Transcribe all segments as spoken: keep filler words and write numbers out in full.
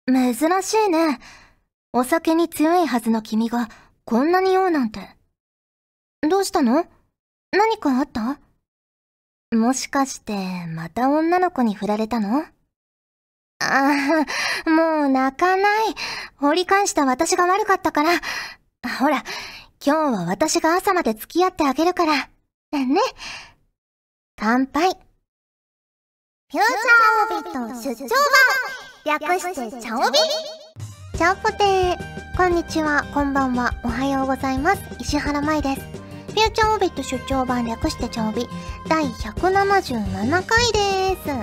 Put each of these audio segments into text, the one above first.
珍しいね。お酒に強いはずの君がこんなに酔うなんて。どうしたの？何かあった？もしかしてまた女の子に振られたの？ああ、もう泣かない。掘り返した私が悪かったから。ほら、今日は私が朝まで付き合ってあげるから。ね。乾杯。フューチャーオービット出張版、略してチャオビ。チャオポテー。こんにちは、こんばんは、おはようございます。石原舞です。フューチャーオービット出張版、略してチャオビだいひゃくななじゅうななかいです。はい、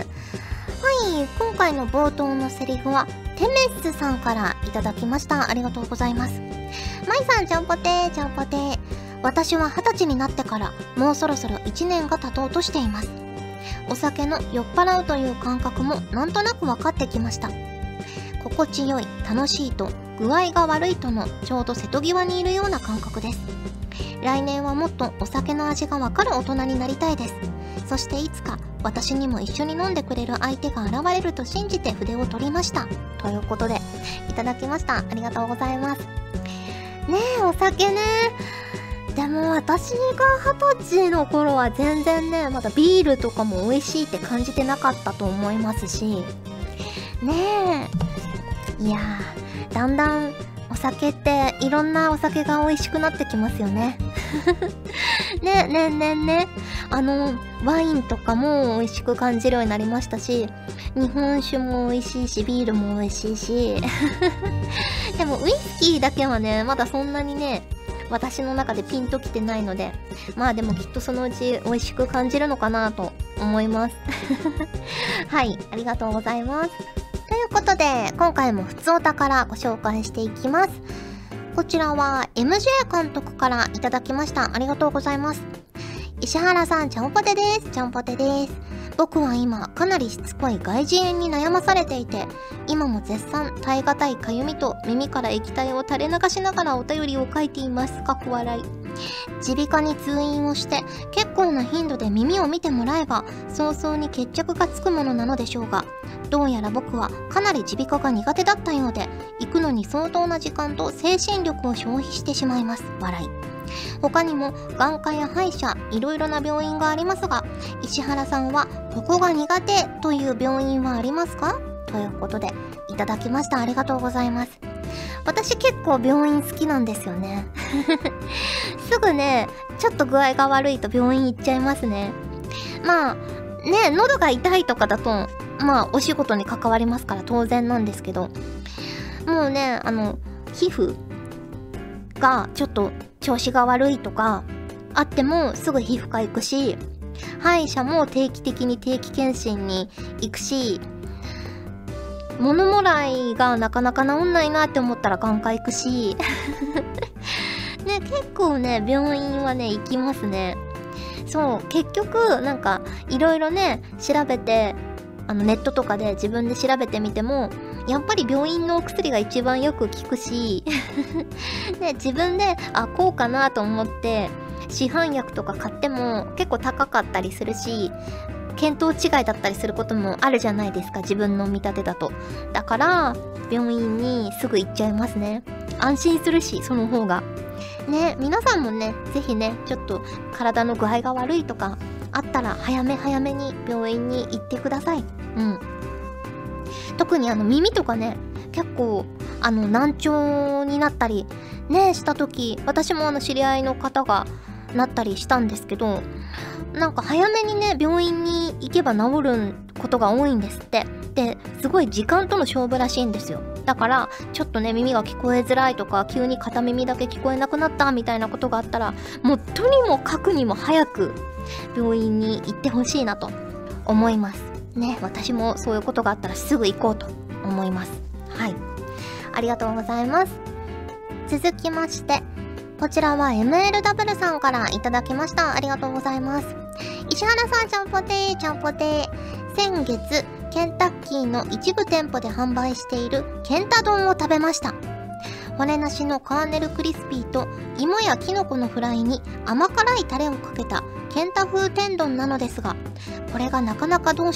今回の冒頭のセリフはテメッスさんからいただきました。ありがとうございます。まいさん、ちゃんぽてーちゃんぽてー。私は二十歳になってからもうそろそろいちねんが経とうとしています。お酒の酔っ払うという感覚もなんとなく分かってきました。心地よい、楽しいと具合が悪いとのちょうど瀬戸際にいるような感覚です。来年はもっとお酒の味が分かる大人になりたいです。そしていつか私にも一緒に飲んでくれる相手が現れると信じて筆を取りました。ということでいただきました。ありがとうございます。ねえ、お酒ね。でも私が二十歳の頃は全然ね、まだビールとかも美味しいって感じてなかったと思いますしねえ。いやー、だんだんお酒っていろんなお酒が美味しくなってきますよねねえねえねえねえ、あのワインとかも美味しく感じるようになりましたし、日本酒も美味しいし、ビールも美味しいしでもウイスキーだけはね、まだそんなにね私の中でピンときてないので、まあでもきっとそのうち美味しく感じるのかなと思いますはい、ありがとうございます。ということで今回もふつおたからご紹介していきます。こちらは エムジェー 監督からいただきました。ありがとうございます。石原さん、ちゃんぽてです。ちゃんぽてです。僕は今かなりしつこい外耳炎に悩まされていて、今も絶賛耐え難いかゆみと耳から液体を垂れ流しながらお便りを書いています。かっこ笑い。耳鼻科に通院をして結構な頻度で耳を見てもらえば早々に決着がつくものなのでしょうが、どうやら僕はかなり耳鼻科が苦手だったようで、行くのに相当な時間と精神力を消費してしまいます。笑い。他にも眼科や歯医者、いろいろな病院がありますが、石原さんはここが苦手という病院はありますか？ということでいただきました。ありがとうございます。私結構病院好きなんですよねすぐね、ちょっと具合が悪いと病院行っちゃいますね。まあね、喉が痛いとかだとまあお仕事に関わりますから当然なんですけど、もうね、あの皮膚がちょっと調子が悪いとかあってもすぐ皮膚科行くし、歯医者も定期的に定期検診に行くし、物もらいがなかなか治んないなって思ったら眼科行くしね、結構ね病院はね行きますね。そう、結局なんかいろいろね調べて、あのネットとかで自分で調べてみてもやっぱり病院のお薬が一番よく効くしで自分であこうかなと思って市販薬とか買っても結構高かったりするし、見当違いだったりすることもあるじゃないですか、自分の見立てだと。だから病院にすぐ行っちゃいますね。安心するし、その方がね。皆さんもね、ぜひね、ちょっと体の具合が悪いとかあったら早め早めに病院に行ってください。うん。特にあの耳とかね、結構あの難聴になったりねした時、私もあの知り合いの方がなったりしたんですけど、なんか早めにね病院に行けば治ることが多いんですって。で、すごい時間との勝負らしいんですよ。だからちょっとね耳が聞こえづらいとか、急に片耳だけ聞こえなくなったみたいなことがあったら、もうとにもかくにも早く病院に行ってほしいなと思いますね。私もそういうことがあったらすぐ行こうと思います。はい、ありがとうございます。続きましてこちらは エムエルダブリュー さんからいただきました。ありがとうございます。石原さん、ちゃんぽてーちゃんぽてー。先月ケンタッキーの一部店舗で販売しているケンタ丼を食べました。骨なしのカーネルクリスピーと芋やキノコのフライに甘辛いタレをかけたケンタ風天丼なのですが、これがなかなかどうした結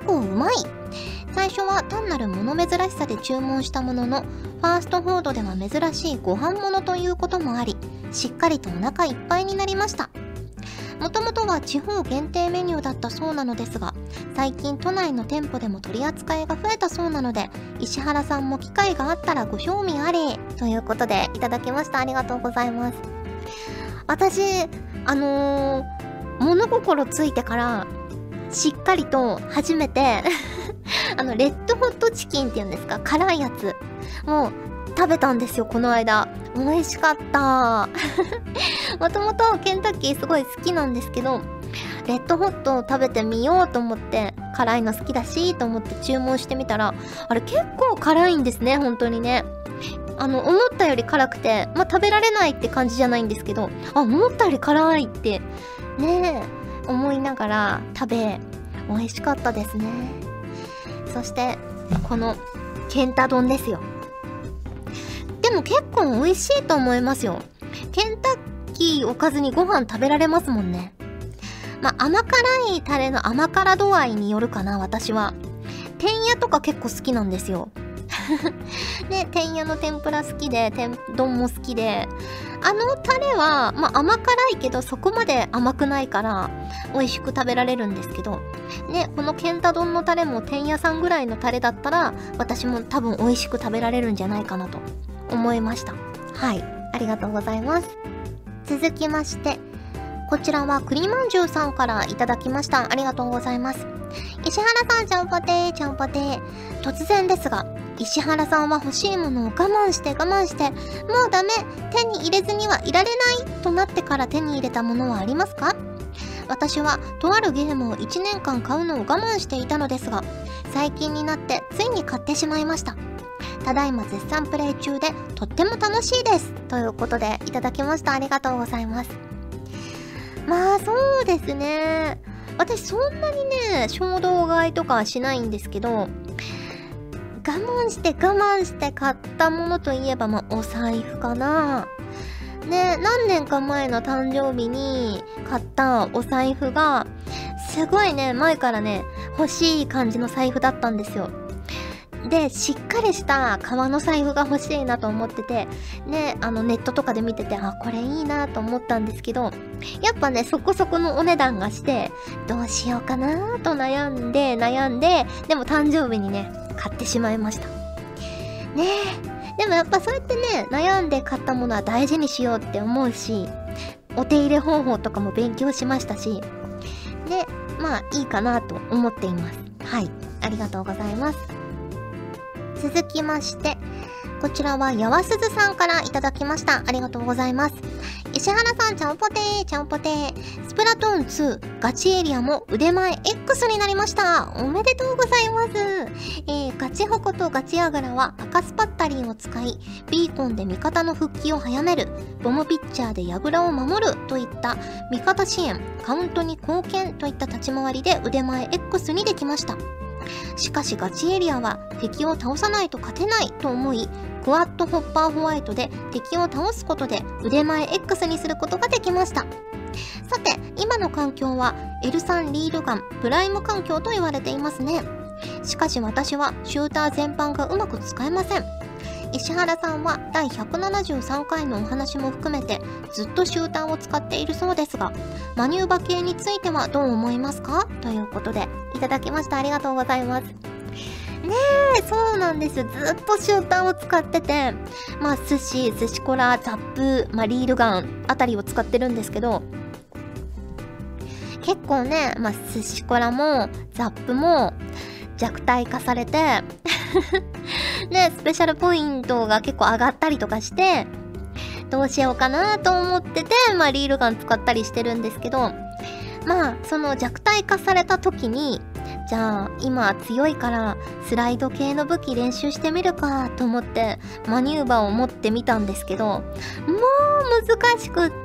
構うまい。最初は単なる物珍しさで注文したものの、ファーストフードでは珍しいご飯物ということもあり、しっかりとお腹いっぱいになりました。もともとは地方限定メニューだったそうなのですが、最近都内の店舗でも取り扱いが増えたそうなので、石原さんも機会があったらご興味ありということでいただきました。ありがとうございます。私あのー、物心ついてからしっかりと初めてあのレッドホットチキンっていうんですか、辛いやつを食べたんですよ、この間。美味しかったもともとケンタッキーすごい好きなんですけど、レッドホットを食べてみようと思って、辛いの好きだしと思って注文してみたら、あれ結構辛いんですね、本当にね。あの思ったより辛くて、まあ食べられないって感じじゃないんですけど、あ、思ったより辛いってねえ思いながら食べ、美味しかったですね。そしてこのケンタ丼ですよ。でも結構美味しいと思いますよ。ケンタッキーおかずにご飯食べられますもんね。まあ甘辛いタレの甘辛度合いによるかな、私は。天野とか結構好きなんですよね、天野の天ぷら好きで、天丼も好きで、あのタレはまあ甘辛いけどそこまで甘くないから美味しく食べられるんですけどね、このケンタ丼のタレも天野さんぐらいのタレだったら私も多分美味しく食べられるんじゃないかなと思いました。はい、ありがとうございます。続きまして、こちらは栗まんじゅうさんからいただきました。ありがとうございます。石原さん、ちゃんぽてーちゃんぽてー。突然ですが、石原さんは欲しいものを我慢して我慢してもうダメ、手に入れずにはいられないとなってから手に入れたものはありますか？私はとあるゲームをいちねんかん買うのを我慢していたのですが、最近になってついに買ってしまいました。ただいま絶賛プレイ中でとっても楽しいですということでいただきました。ありがとうございます。まあそうですね、私そんなにね衝動買いとかはしないんですけど、我慢して我慢して買ったものといえば、まあお財布かな。ね、何年か前の誕生日に買ったお財布がすごいね前からね欲しい感じの財布だったんですよ。で、しっかりした革の財布が欲しいなと思っててね、あのネットとかで見てて、あ、これいいなと思ったんですけど、やっぱねそこそこのお値段がしてどうしようかなと悩んで悩んで、でも誕生日にね買ってしまいましたね。えでもやっぱそうやってね悩んで買ったものは大事にしようって思うし、お手入れ方法とかも勉強しましたしね、まあいいかなと思っています。はい、ありがとうございます。続きまして、こちらはやわすずさんからいただきました。ありがとうございます。石原さん、ちゃんぽてーちゃんぽてー。スプラトゥーンツーガチエリアも腕前 X になりました。おめでとうございます。えー、ガチホコとガチアグラは赤スパッタリンを使い、ビーコンで味方の復帰を早める、ボムピッチャーでヤグラを守るといった味方支援、カウントに貢献といった立ち回りで腕前 X にできました。しかしガチエリアは敵を倒さないと勝てないと思い、クワッドホッパーホワイトで敵を倒すことで腕前 X にすることができました。さて、今の環境は エルスリー リールガンプライム環境と言われていますね。しかし私はシューター全般がうまく使えません。石原さんはだいひゃくななじゅうさんかいのお話も含めてずっとシューターを使っているそうですが、マニューバ系についてはどう思いますかということでいただきました。ありがとうございます。ねえ、そうなんですよ。ずっとシューターを使ってて、まあ寿司、寿司コラ、ザップ、まあリールガンあたりを使ってるんですけど、結構ね、まあ寿司コラもザップも弱体化されてね、スペシャルポイントが結構上がったりとかして、どうしようかなと思ってて、まあリールガン使ったりしてるんですけど、まあその弱体化された時に、じゃあ今強いからスライド系の武器練習してみるかと思ってマニューバーを持ってみたんですけど、もう難しくって、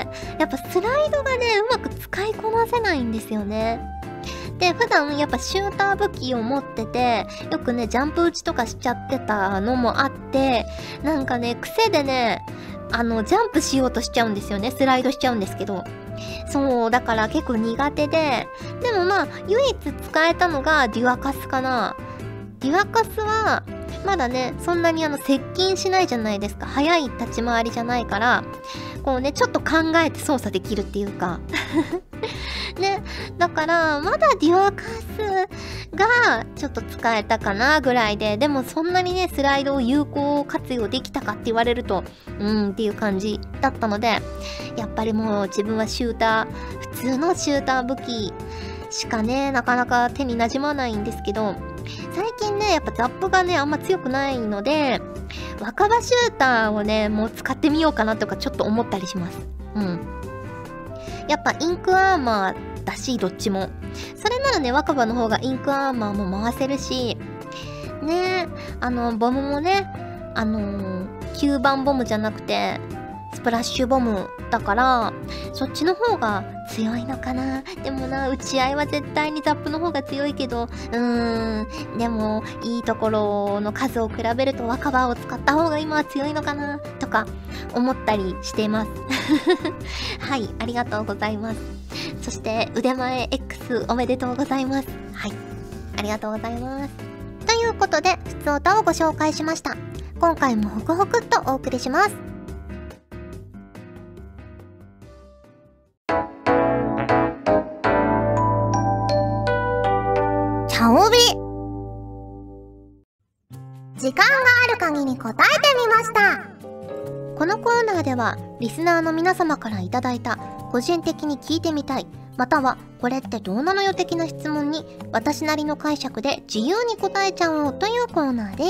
やっぱスライドがねうまく使いこなせないんですよね。で、普段やっぱシューター武器を持ってて、よくねジャンプ打ちとかしちゃってたのもあって、なんかね癖でねあのジャンプしようとしちゃうんですよね。スライドしちゃうんですけど、 そう、だから結構苦手で、でもまあ、唯一使えたのがデュアカスかな。デュアカスは、まだね、そんなにあの、接近しないじゃないですか。早い立ち回りじゃないから、こうね、ちょっと考えて操作できるっていうか。ね、だから、まだデュアカスがちょっと使えたかなぐらいで、でもそんなにね、スライドを有効活用できたかって言われると、うーんっていう感じだったので、やっぱりもう自分はシューター、普通のシューター武器しかね、なかなか手に馴染まないんですけど、最近ね、やっぱザップがね、あんま強くないので、若葉シューターをね、もう使ってみようかなとかちょっと思ったりします。うん。やっぱインクアーマーだし、どっちも。それならね、若葉の方がインクアーマーも回せるし、ね、あの、ボムもね、あのー、きゅうばんボムじゃなくて、スプラッシュボムだから、そっちの方が強いのかな。でもな、打ち合いは絶対にザップの方が強いけど、うーん、でも、いいところの数を比べると若葉を使った方が今は強いのかな、とか、思ったりしています。はい、ありがとうございます。そして、腕前 X おめでとうございます。はい、ありがとうございます。ということで、ふつおたをご紹介しました。今回もホクホクっとお送りします。チャオビ。時間がある限り答えてみました。このコーナーではリスナーの皆様からいただいた個人的に聞いてみたい、またはこれってどうなのよ的な質問に私なりの解釈で自由に答えちゃおうというコーナーです。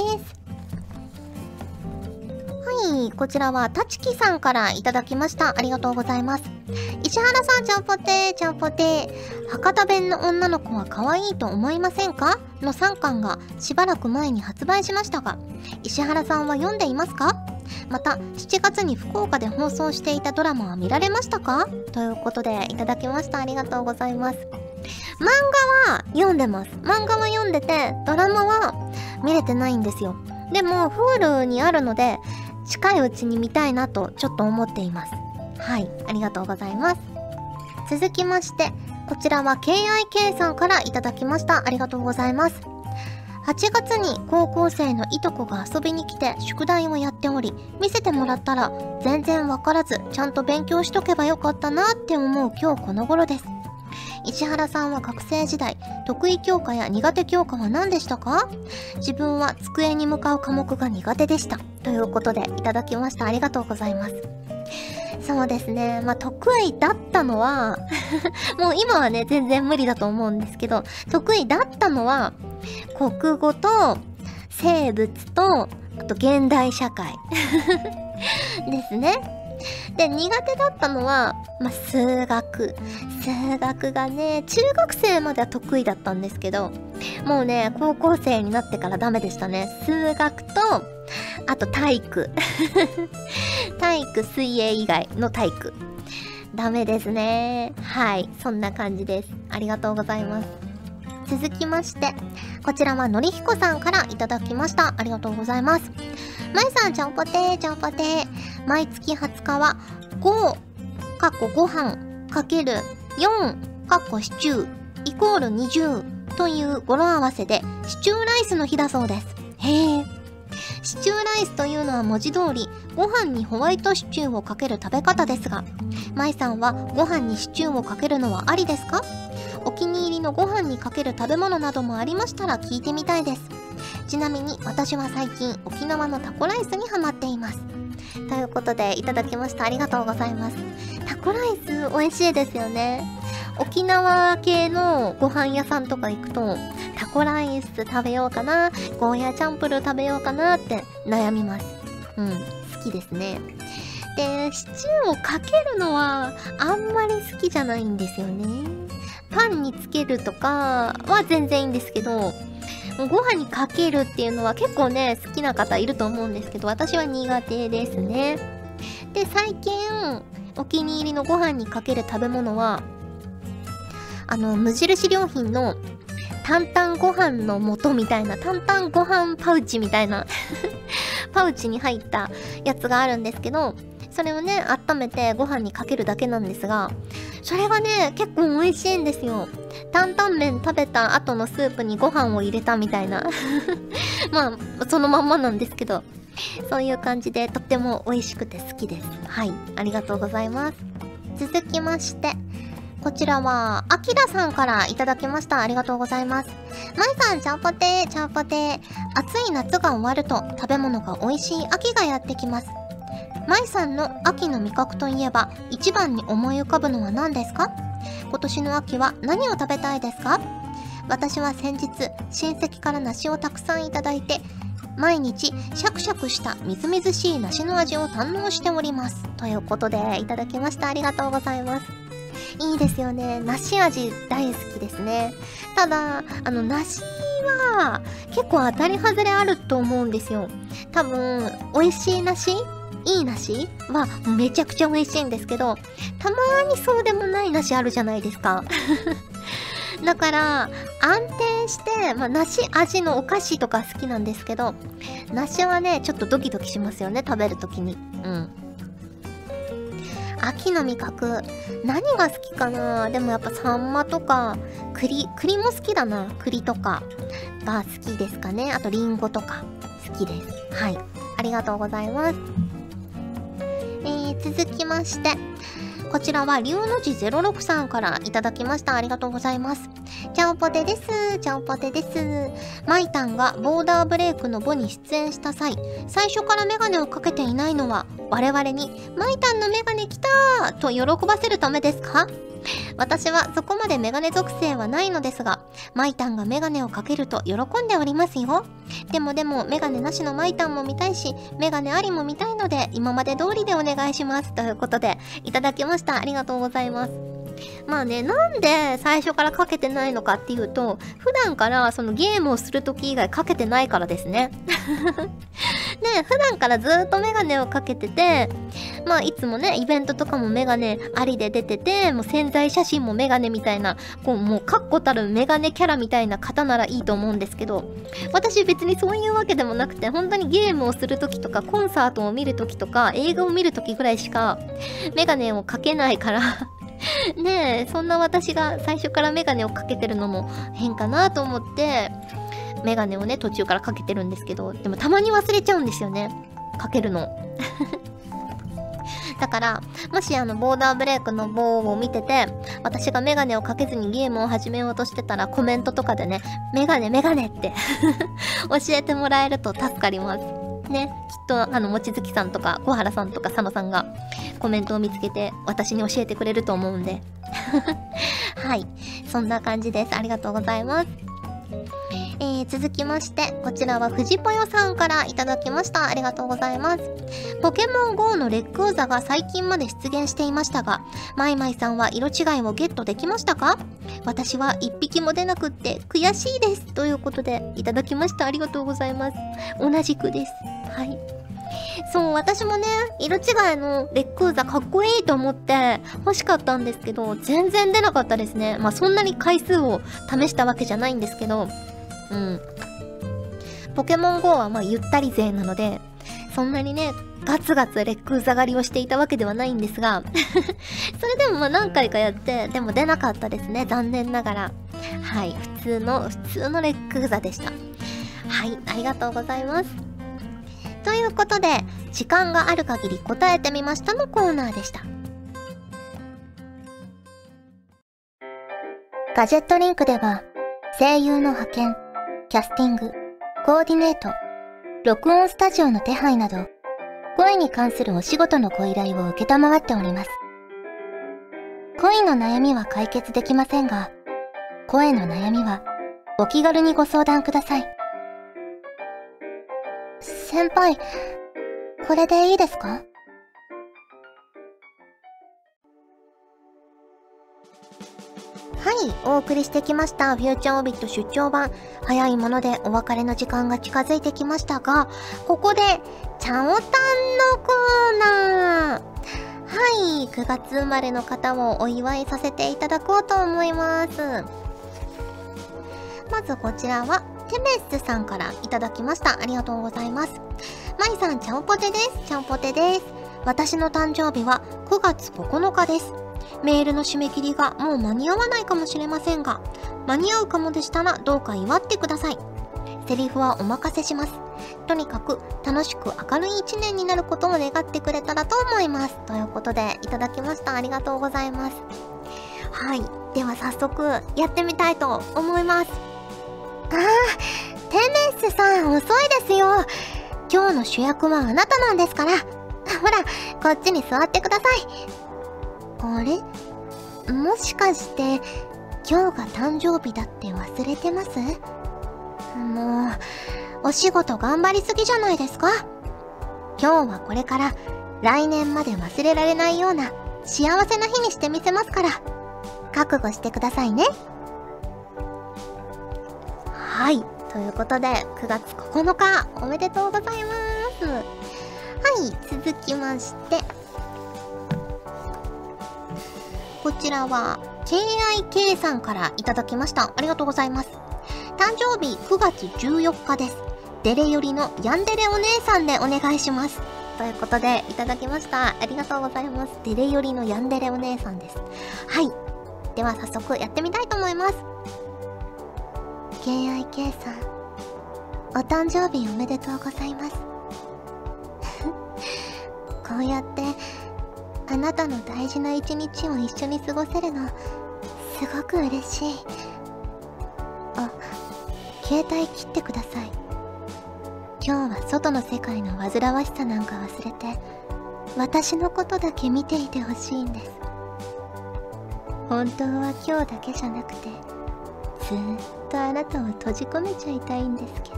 はい、こちらはたちきさんからいただきました。ありがとうございます。石原さん、ちゃんぽてー、ちゃんぽてー。博多弁の女の子は可愛いと思いませんかのさんかんがしばらく前に発売しましたが、石原さんは読んでいますか？また、しちがつに福岡で放送していたドラマは見られましたか？ということで、いただきました。ありがとうございます。漫画は読んでます。漫画は読んでて、ドラマは見れてないんですよ。でも、Hulu にあるので、近いうちに見たいなとちょっと思っています。はい、ありがとうございます。続きまして、こちらは ケーアイケー さんからいただきました。ありがとうございます。はちがつに高校生のいとこが遊びに来て宿題をやっており、見せてもらったら全然わからず、ちゃんと勉強しとけばよかったなって思う今日この頃です。石原さんは学生時代、得意教科や苦手教科は何でしたか？自分は机に向かう科目が苦手でした。ということでいただきました。ありがとうございます。そうですね。まあ、得意だったのは、もう今はね、全然無理だと思うんですけど、得意だったのは、国語と、生物と、あと現代社会ですね。で、苦手だったのは、まあ、数学。数学がね、中学生までは得意だったんですけど、もうね、高校生になってからダメでしたね。数学と、あと体育。体育、水泳以外の体育。ダメですね。はい、そんな感じです。ありがとうございます。続きまして、こちらはのりひこさんからいただきました。ありがとうございます。まいさん、ちゃんぽてー、ちゃんぽてー。毎月はつかは、ご、かっこご飯、かけるよん、かっこシチュー、イコールにじゅうという語呂合わせで、シチューライスの日だそうです。へー。シチューライスというのは文字通り、ご飯にホワイトシチューをかける食べ方ですが、まいさんはご飯にシチューをかけるのはありですか？お気に入りのご飯にかける食べ物などもありましたら聞いてみたいです。ちなみに私は最近沖縄のタコライスにハマっています。ということでいただきました。ありがとうございます。タコライス美味しいですよね。沖縄系のご飯屋さんとか行くと、タコライス食べようかな、ゴーヤーチャンプルー食べようかなって悩みます。うん、好きですね。で、シチューをかけるのはあんまり好きじゃないんですよね。パンにつけるとかは全然いいんですけど、ご飯にかけるっていうのは結構ね、好きな方いると思うんですけど、私は苦手ですね。で、最近、お気に入りのご飯にかける食べ物は、あの、無印良品の、担々ご飯の素みたいな、担々ご飯パウチみたいな、パウチに入ったやつがあるんですけど、 それをね、温めてご飯にかけるだけなんですが、それがね、結構美味しいんですよ。担々麺食べた後のスープにご飯を入れたみたいな。まあ、そのまんまなんですけど、そういう感じでとっても美味しくて好きです。はい、ありがとうございます。続きまして、こちらは、あきらさんからいただきました。ありがとうございます。まいさん、ちゃんぽてー、ちゃんぽてー。暑い夏が終わると食べ物が美味しい秋がやってきます。まいさんの秋の味覚といえば、一番に思い浮かぶのは何ですか？今年の秋は何を食べたいですか？私は先日、親戚から梨をたくさんいただいて、毎日シャクシャクしたみずみずしい梨の味を堪能しております。ということで、いただきました。ありがとうございます。いいですよね。梨味大好きですね。ただ、あの、梨は結構当たり外れあると思うんですよ。多分、美味しい梨いい梨はめちゃくちゃ美味しいんですけど、たまにそうでもない梨あるじゃないですか。だから、安定して、まあ、梨味のお菓子とか好きなんですけど、梨はね、ちょっとドキドキしますよね、食べるときに。うん。秋の味覚、何が好きかな？でもやっぱサンマとか、栗、栗も好きだな。栗とかが好きですかね。あとリンゴとか好きです。はい。ありがとうございます。えー、続きまして、こちらは龍の字ゼロろくさんからいただきました。ありがとうございます。ちゃんぽてです。ちゃんぽてです。マイタンがボーダーブレイクのボに出演した際、最初からメガネをかけていないのは、我々にマイタンのメガネ来たーと喜ばせるためですか？私はそこまでメガネ属性はないのですが、マイタンがメガネをかけると喜んでおりますよ。でもでもメガネなしのマイタンも見たいし、メガネありも見たいので、今まで通りでお願いします。ということで、いただきました。ありがとうございます。まあね、なんで最初からかけてないのかっていうと、普段からそのゲームをするとき以外かけてないからですね。ね、普段からずーっとメガネをかけてて、まあいつもね、イベントとかもメガネありで出てて、もう宣材写真もメガネみたいな、こうもう確固たるメガネキャラみたいな方ならいいと思うんですけど、私別にそういうわけでもなくて、本当にゲームをするときとか、コンサートを見るときとか、映画を見るときぐらいしかメガネをかけないからねえ、そんな私が最初からメガネをかけてるのも変かなと思って、メガネをね、途中からかけてるんですけど、でもたまに忘れちゃうんですよね。かけるの。だから、もしあの、ボーダーブレイクの棒を見てて、私がメガネをかけずにゲームを始めようとしてたら、コメントとかでね、メガネメガネって教えてもらえると助かります。ね、きっとあの、もちづきさんとか、小原さんとか佐野さんがコメントを見つけて私に教えてくれると思うんで。はい。そんな感じです。ありがとうございます。えー、続きまして、こちらは藤ぽよさんからいただきました。ありがとうございます。ポケモン ゴー のレックウザが最近まで出現していましたが、マイマイさんは色違いをゲットできましたか？私は一匹も出なくって悔しいです。ということで、いただきました。ありがとうございます。同じくです。はい。そう、私もね、色違いのレックウザかっこいいと思って欲しかったんですけど、全然出なかったですね。まあそんなに回数を試したわけじゃないんですけど、うん。ポケモン ゴー はまあゆったり勢なので、そんなにね、ガツガツレックウザ狩りをしていたわけではないんですが、それでもまあ何回かやって、でも出なかったですね。残念ながら。はい。普通の、普通のレックウザでした。はい。ありがとうございます。ということで、時間がある限り答えてみましたのコーナーでした。ガジェットリンクでは、声優の派遣、キャスティング、コーディネート、録音スタジオの手配など、声に関するお仕事のご依頼を受けたまわっております。恋の悩みは解決できませんが、声の悩みはお気軽にご相談ください。先輩、これでいいですか？はい、お送りしてきましたフューチャーオビット出張版。早いものでお別れの時間が近づいてきましたが、ここで、チャオタンのコーナー。はい、くがつ生まれの方をお祝いさせていただこうと思います。まずこちらは、テメッスさんからいただきました。ありがとうございます。マイさん、ちゃんぽてです。ちゃんぽてです。 私の誕生日はくがつここのかです。メールの締め切りがもう間に合わないかもしれませんが、間に合うかもでしたらどうか祝ってください。セリフはお任せします。とにかく楽しく明るい一年になることを願ってくれたらと思います。ということでいただきました。ありがとうございます。はい。では早速やってみたいと思います。あー、テメスさん遅いですよ。今日の主役はあなたなんですから。ほら、こっちに座ってください。あれ？もしかして、今日が誕生日だって忘れてます？もう、お仕事頑張りすぎじゃないですか？今日はこれから来年まで忘れられないような幸せな日にしてみせますから、覚悟してくださいね。はい。ということで、くがつここのか、おめでとうございます。はい。続きまして、こちらは ケーアイケー さんからいただきました。ありがとうございます。誕生日くがつじゅうよっかです。デレよりのヤンデレお姉さんでお願いします。ということでいただきました。ありがとうございます。デレよりのヤンデレお姉さんです。はい。では早速やってみたいと思います。ケーアイケー さん、お誕生日おめでとうございます。こうやってあなたの大事な一日を一緒に過ごせるのすごく嬉しい。あ、携帯切ってください。今日は外の世界の煩わしさなんか忘れて私のことだけ見ていてほしいんです。本当は今日だけじゃなくてずーっとあなたを閉じ込めちゃいたいんですけど。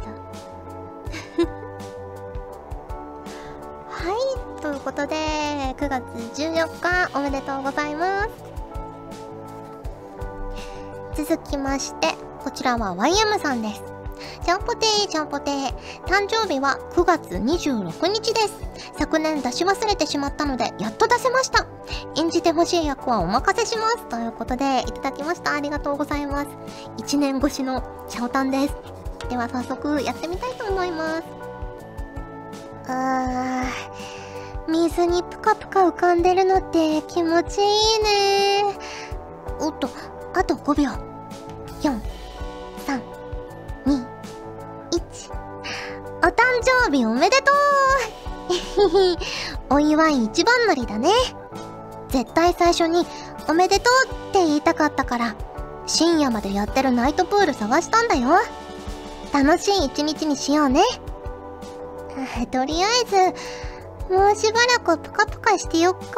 はい、ということでくがつじゅうよっかおめでとうございます。続きまして、こちらは ワイエム さんです。ちゃんぽてーちゃんぽてー、誕生日はくがつにじゅうろくにちです。昨年出し忘れてしまったのでやっと出せました。演じてほしい役はお任せします。ということでいただきました。ありがとうございます。いちねんごしのシャオタンです。では早速やってみたいと思います。あー、水にぷかぷか浮かんでるのって気持ちいいね。おっと、あとごびょう。よん、さん、に、いち。お誕生日おめでとうお祝い一番乗りだね。絶対最初におめでとうって言いたかったから深夜までやってるナイトプール探したんだよ。楽しい一日にしようね。とりあえずもうしばらくぷかぷかしてよっか。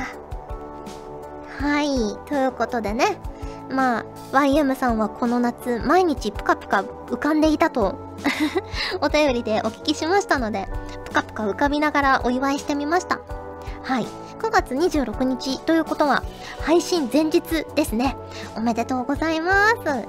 はい、ということでね、まあ ワイエム さんはこの夏毎日ぷかぷか浮かんでいたとお便りでお聞きしましたので、ぷかぷか浮かびながらお祝いしてみました。はい、くがつにじゅうろくにちということは配信前日ですね。おめでとうございます。はい、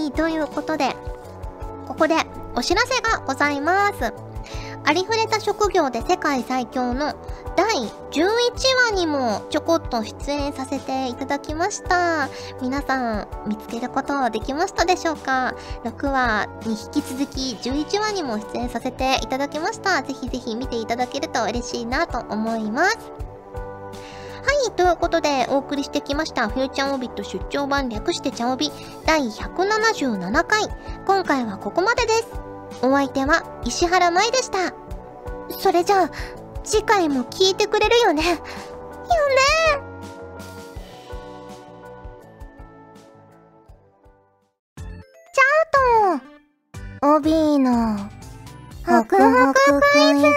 ということでここでお知らせがございます。ありふれた職業で世界最強のだいじゅういちわにもちょこっと出演させていただきました。皆さん見つけることできましたでしょうか？ろくわに引き続きじゅういちわにも出演させていただきました。ぜひぜひ見ていただけると嬉しいなと思います。はい、ということでお送りしてきましたフューチャーオビット出張版略してチャオビだいひゃくななじゅうななかい。今回はここまでです。お相手は石原舞でした。それじゃあ次回も聞いてくれるよね。よね。チャオとオビーのホクホククイズ。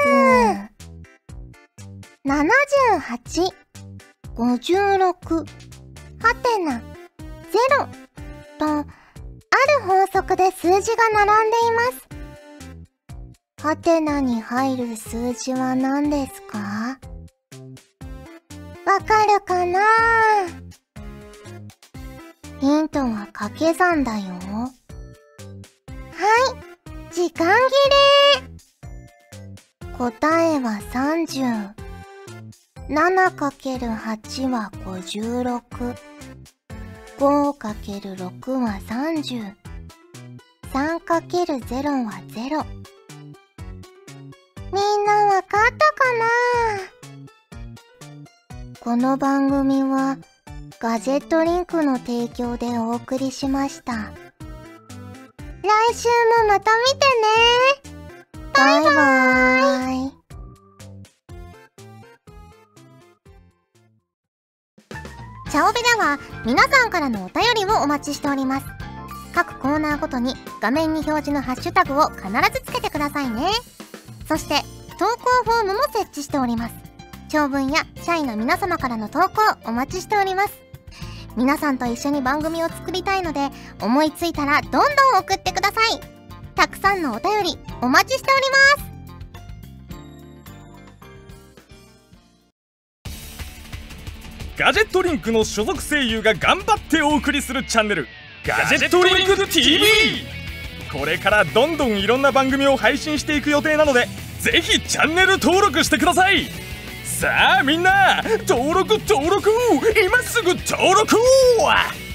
ななじゅうはち、ごじゅうろく、はてな、ゼロとある法則で数字が並んでいます。ハテナに入る数字は何ですか？わかるかな？ヒントは掛け算だよ。はい、時間切れ。答えはさんじゅう。ななかけるはち はごじゅうろく。ごかけるろく はさんじゅう。さんかけるゼロ はゼロ。みんなわかったこの番組はガジェットリンクの提供でお送りしました。来週もまた見てね。バイバーイ。チャオベでは皆さんからのお便りをお待ちしております。各コーナーごとに画面に表示のハッシュタグを必ずつけてくださいね。そして投稿フォームも設置しております。長文や社員の皆様からの投稿お待ちしております。皆さんと一緒に番組を作りたいので、思いついたらどんどん送ってください。たくさんのお便りお待ちしております。 ガジェットリンクの所属声優が頑張ってお送りするチャンネル、ガジェットリンク ティーブイ。 これからどんどんいろんな番組を配信していく予定なので、ぜひチャンネル登録してください。さあみんな、登録登録、今すぐ登録。